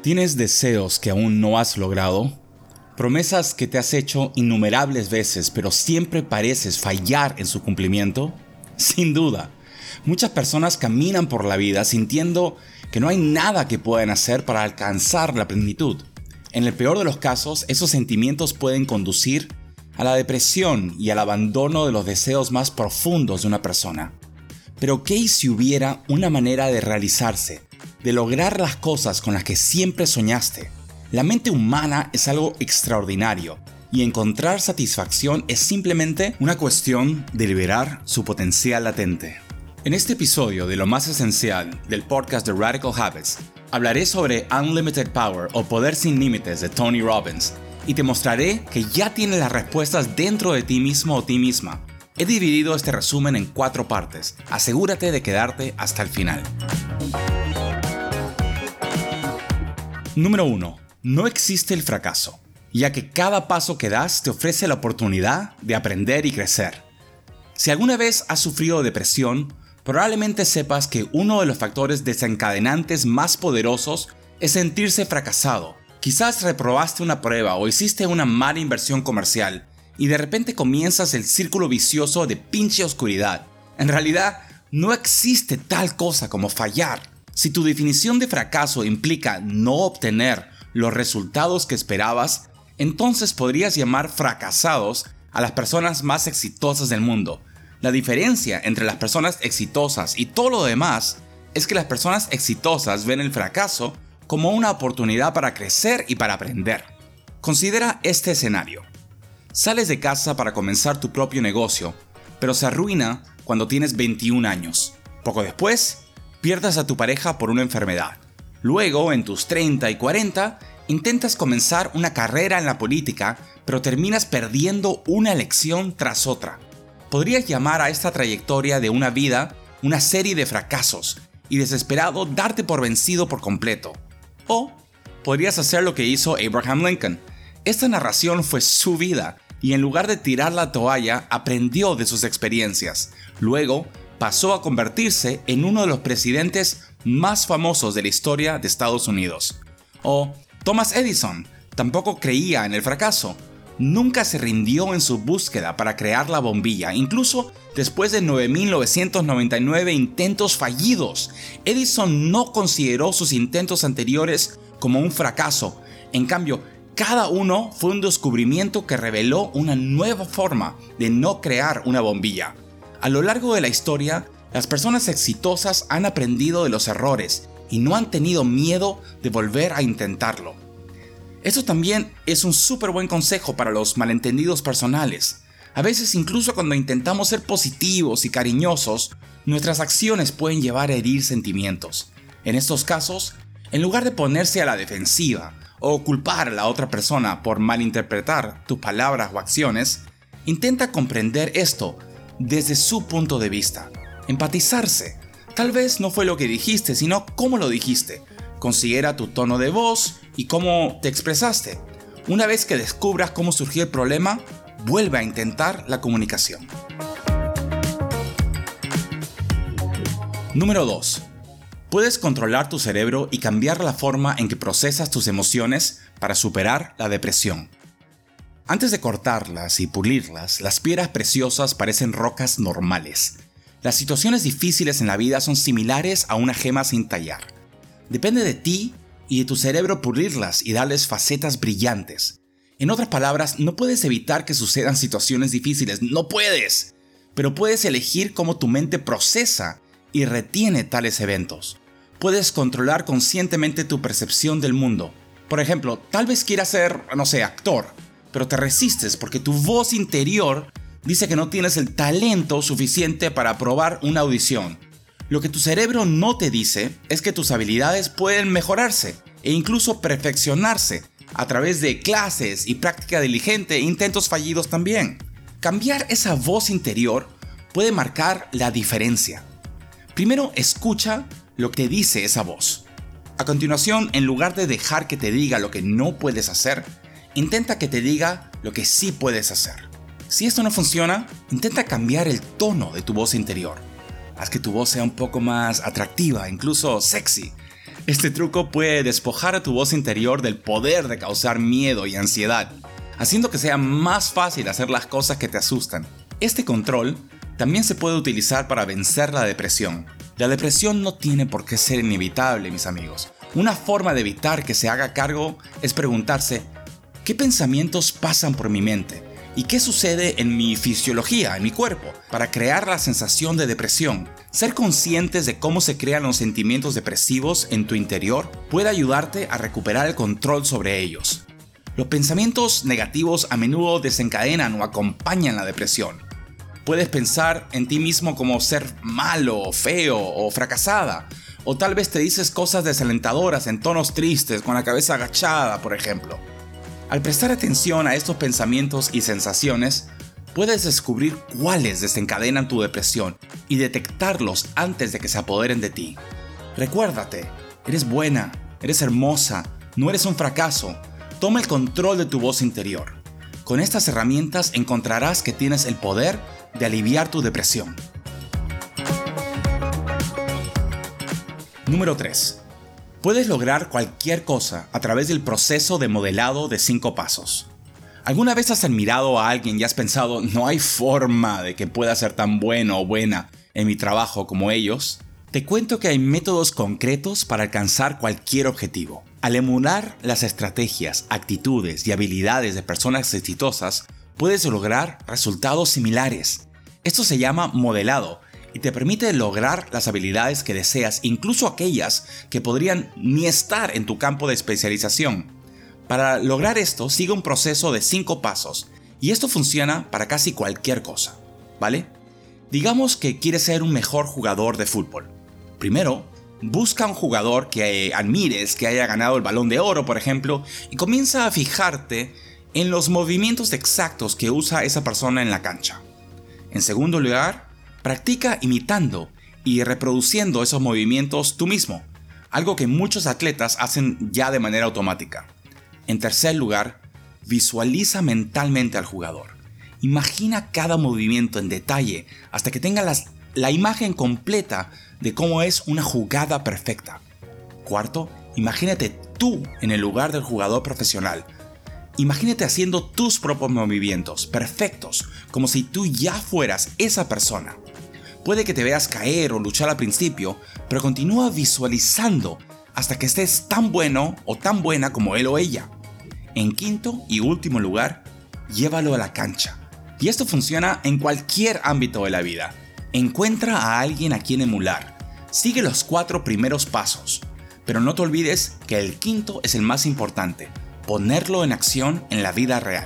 ¿Tienes deseos que aún no has logrado? ¿Promesas que te has hecho innumerables veces pero siempre pareces fallar en su cumplimiento? Sin duda, muchas personas caminan por la vida sintiendo que no hay nada que puedan hacer para alcanzar la plenitud. En el peor de los casos, esos sentimientos pueden conducir a la depresión y al abandono de los deseos más profundos de una persona. Pero ¿qué si hubiera una manera de realizarse, de lograr las cosas con las que siempre soñaste? La mente humana es algo extraordinario y encontrar satisfacción es simplemente una cuestión de liberar su potencial latente. En este episodio de lo más esencial del podcast de Radical Habits, hablaré sobre Unlimited Power o Poder sin Límites de Tony Robbins y te mostraré que ya tienes las respuestas dentro de ti mismo o ti misma. He dividido este resumen en 4 partes. Asegúrate de quedarte hasta el final. Número 1. No existe el fracaso, ya que cada paso que das te ofrece la oportunidad de aprender y crecer. Si alguna vez has sufrido depresión, probablemente sepas que uno de los factores desencadenantes más poderosos es sentirse fracasado. Quizás reprobaste una prueba o hiciste una mala inversión comercial y de repente comienzas el círculo vicioso de pinche oscuridad. En realidad, no existe tal cosa como fallar. Si tu definición de fracaso implica no obtener los resultados que esperabas, entonces podrías llamar fracasados a las personas más exitosas del mundo. La diferencia entre las personas exitosas y todo lo demás es que las personas exitosas ven el fracaso como una oportunidad para crecer y para aprender. Considera este escenario. Sales de casa para comenzar tu propio negocio, pero se arruina cuando tienes 21 años. Poco después, pierdes a tu pareja por una enfermedad. Luego, en tus 30 y 40, intentas comenzar una carrera en la política, pero terminas perdiendo una elección tras otra. Podrías llamar a esta trayectoria de una vida una serie de fracasos y desesperado darte por vencido por completo. O podrías hacer lo que hizo Abraham Lincoln. Esta narración fue su vida y en lugar de tirar la toalla, aprendió de sus experiencias. Luego, pasó a convertirse en uno de los presidentes más famosos de la historia de Estados Unidos. O Thomas Edison tampoco creía en el fracaso. Nunca se rindió en su búsqueda para crear la bombilla, incluso después de 9.999 intentos fallidos. Edison no consideró sus intentos anteriores como un fracaso. En cambio, cada uno fue un descubrimiento que reveló una nueva forma de no crear una bombilla. A lo largo de la historia, las personas exitosas han aprendido de los errores y no han tenido miedo de volver a intentarlo. Esto también es un súper buen consejo para los malentendidos personales. A veces, incluso cuando intentamos ser positivos y cariñosos, nuestras acciones pueden llevar a herir sentimientos. En estos casos, en lugar de ponerse a la defensiva o culpar a la otra persona por malinterpretar tus palabras o acciones, intenta comprender esto desde su punto de vista. Empatizarse. Tal vez no fue lo que dijiste, sino cómo lo dijiste. Considera tu tono de voz y cómo te expresaste. Una vez que descubras cómo surgió el problema, vuelve a intentar la comunicación. Número 2. Puedes controlar tu cerebro y cambiar la forma en que procesas tus emociones para superar la depresión. Antes de cortarlas y pulirlas, las piedras preciosas parecen rocas normales. Las situaciones difíciles en la vida son similares a una gema sin tallar. Depende de ti y de tu cerebro pulirlas y darles facetas brillantes. En otras palabras, no puedes evitar que sucedan situaciones difíciles, no puedes. Pero puedes elegir cómo tu mente procesa y retiene tales eventos. Puedes controlar conscientemente tu percepción del mundo. Por ejemplo, tal vez quieras ser, actor, pero te resistes porque tu voz interior dice que no tienes el talento suficiente para aprobar una audición. Lo que tu cerebro no te dice es que tus habilidades pueden mejorarse e incluso perfeccionarse a través de clases y práctica diligente e intentos fallidos también. Cambiar esa voz interior puede marcar la diferencia. Primero, escucha lo que dice esa voz. A continuación, en lugar de dejar que te diga lo que no puedes hacer, intenta que te diga lo que sí puedes hacer. Si esto no funciona, intenta cambiar el tono de tu voz interior. Haz que tu voz sea un poco más atractiva, incluso sexy. Este truco puede despojar a tu voz interior del poder de causar miedo y ansiedad, haciendo que sea más fácil hacer las cosas que te asustan. Este control también se puede utilizar para vencer la depresión. La depresión no tiene por qué ser inevitable, mis amigos. Una forma de evitar que se haga cargo es preguntarse: ¿qué pensamientos pasan por mi mente? ¿Y qué sucede en mi fisiología, en mi cuerpo, para crear la sensación de depresión? Ser conscientes de cómo se crean los sentimientos depresivos en tu interior puede ayudarte a recuperar el control sobre ellos. Los pensamientos negativos a menudo desencadenan o acompañan la depresión. Puedes pensar en ti mismo como ser malo, feo o fracasada, o tal vez te dices cosas desalentadoras en tonos tristes con la cabeza agachada, por ejemplo. Al prestar atención a estos pensamientos y sensaciones, puedes descubrir cuáles desencadenan tu depresión y detectarlos antes de que se apoderen de ti. Recuérdate, eres buena, eres hermosa, no eres un fracaso. Toma el control de tu voz interior. Con estas herramientas encontrarás que tienes el poder de aliviar tu depresión. Número 3. Puedes lograr cualquier cosa a través del proceso de modelado de 5 pasos. ¿Alguna vez has admirado a alguien y has pensado: no hay forma de que pueda ser tan bueno o buena en mi trabajo como ellos? Te cuento que hay métodos concretos para alcanzar cualquier objetivo. Al emular las estrategias, actitudes y habilidades de personas exitosas, puedes lograr resultados similares. Esto se llama modelado y te permite lograr las habilidades que deseas, incluso aquellas que podrían ni estar en tu campo de especialización. Para lograr esto, sigue un proceso de 5 pasos, y esto funciona para casi cualquier cosa, ¿vale? Digamos que quieres ser un mejor jugador de fútbol. Primero, busca un jugador que admires, que haya ganado el Balón de Oro, por ejemplo, y comienza a fijarte en los movimientos exactos que usa esa persona en la cancha. En segundo lugar, practica imitando y reproduciendo esos movimientos tú mismo, algo que muchos atletas hacen ya de manera automática. En tercer lugar, visualiza mentalmente al jugador. Imagina cada movimiento en detalle hasta que tengas la imagen completa de cómo es una jugada perfecta. Cuarto, imagínate tú en el lugar del jugador profesional. Imagínate haciendo tus propios movimientos perfectos, como si tú ya fueras esa persona. Puede que te veas caer o luchar al principio, pero continúa visualizando hasta que estés tan bueno o tan buena como él o ella. En quinto y último lugar, llévalo a la cancha. Y esto funciona en cualquier ámbito de la vida. Encuentra a alguien a quien emular. Sigue los 4 primeros pasos, pero no te olvides que el quinto es el más importante: ponerlo en acción en la vida real.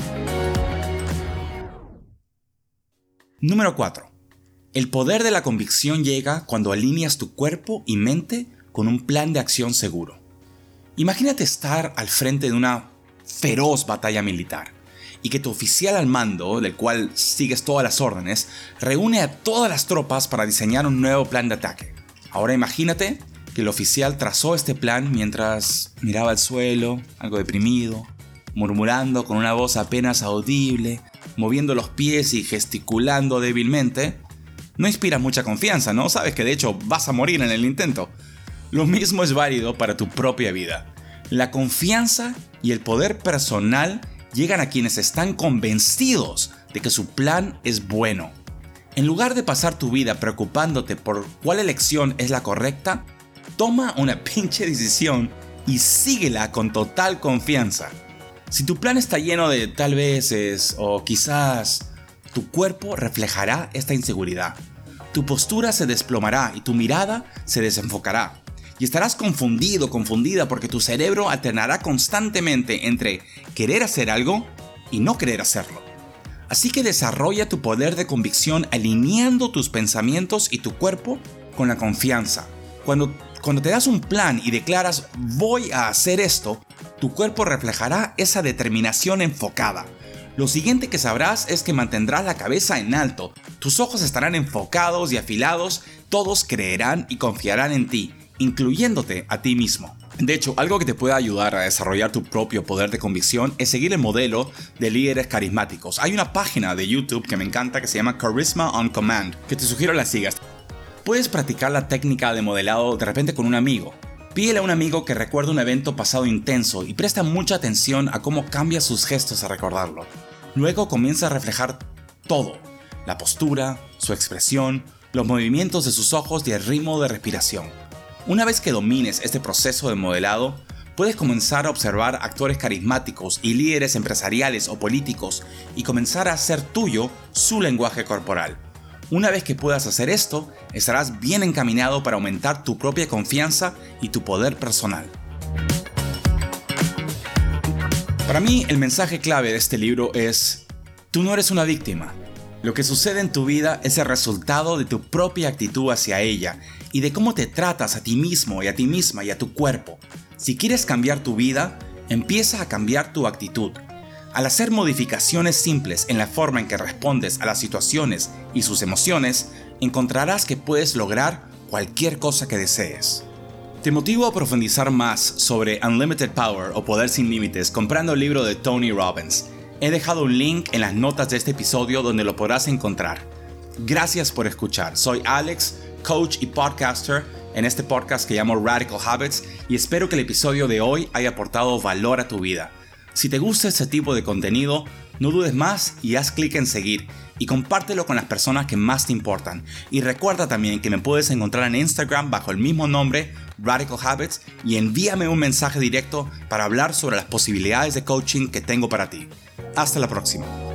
Número 4. El poder de la convicción llega cuando alineas tu cuerpo y mente con un plan de acción seguro. Imagínate estar al frente de una feroz batalla militar y que tu oficial al mando, del cual sigues todas las órdenes, reúne a todas las tropas para diseñar un nuevo plan de ataque. Ahora imagínate que el oficial trazó este plan mientras miraba al suelo, algo deprimido, murmurando con una voz apenas audible, moviendo los pies y gesticulando débilmente. No inspira mucha confianza, ¿no? Sabes que de hecho vas a morir en el intento. Lo mismo es válido para tu propia vida. La confianza y el poder personal llegan a quienes están convencidos de que su plan es bueno. En lugar de pasar tu vida preocupándote por cuál elección es la correcta, toma una pinche decisión y síguela con total confianza. Si tu plan está lleno de tal veces o quizás, tu cuerpo reflejará esta inseguridad. Tu postura se desplomará y tu mirada se desenfocará. Y estarás confundida porque tu cerebro alternará constantemente entre querer hacer algo y no querer hacerlo. Así que desarrolla tu poder de convicción alineando tus pensamientos y tu cuerpo con la confianza. Cuando te das un plan y declaras voy a hacer esto, tu cuerpo reflejará esa determinación enfocada. Lo siguiente que sabrás es que mantendrás la cabeza en alto, tus ojos estarán enfocados y afilados, todos creerán y confiarán en ti, incluyéndote a ti mismo. De hecho, algo que te puede ayudar a desarrollar tu propio poder de convicción es seguir el modelo de líderes carismáticos. Hay una página de YouTube que me encanta que se llama Charisma on Command, que te sugiero la sigas. Puedes practicar la técnica de modelado de repente con un amigo. Pídele a un amigo que recuerde un evento pasado intenso y presta mucha atención a cómo cambia sus gestos a recordarlo. Luego comienza a reflejar todo: la postura, su expresión, los movimientos de sus ojos y el ritmo de respiración. Una vez que domines este proceso de modelado, puedes comenzar a observar actores carismáticos y líderes empresariales o políticos y comenzar a hacer tuyo su lenguaje corporal. Una vez que puedas hacer esto, estarás bien encaminado para aumentar tu propia confianza y tu poder personal. Para mí, el mensaje clave de este libro es: tú no eres una víctima. Lo que sucede en tu vida es el resultado de tu propia actitud hacia ella y de cómo te tratas a ti mismo y a ti misma y a tu cuerpo. Si quieres cambiar tu vida, empieza a cambiar tu actitud. Al hacer modificaciones simples en la forma en que respondes a las situaciones y sus emociones, encontrarás que puedes lograr cualquier cosa que desees. Te motivo a profundizar más sobre Unlimited Power o Poder Sin Límites comprando el libro de Tony Robbins. He dejado un link en las notas de este episodio donde lo podrás encontrar. Gracias por escuchar. Soy Alex, coach y podcaster en este podcast que llamo Radical Habits, y espero que el episodio de hoy haya aportado valor a tu vida. Si te gusta este tipo de contenido, no dudes más y haz clic en seguir y compártelo con las personas que más te importan. Y recuerda también que me puedes encontrar en Instagram bajo el mismo nombre, Radical Habits, y envíame un mensaje directo para hablar sobre las posibilidades de coaching que tengo para ti. Hasta la próxima.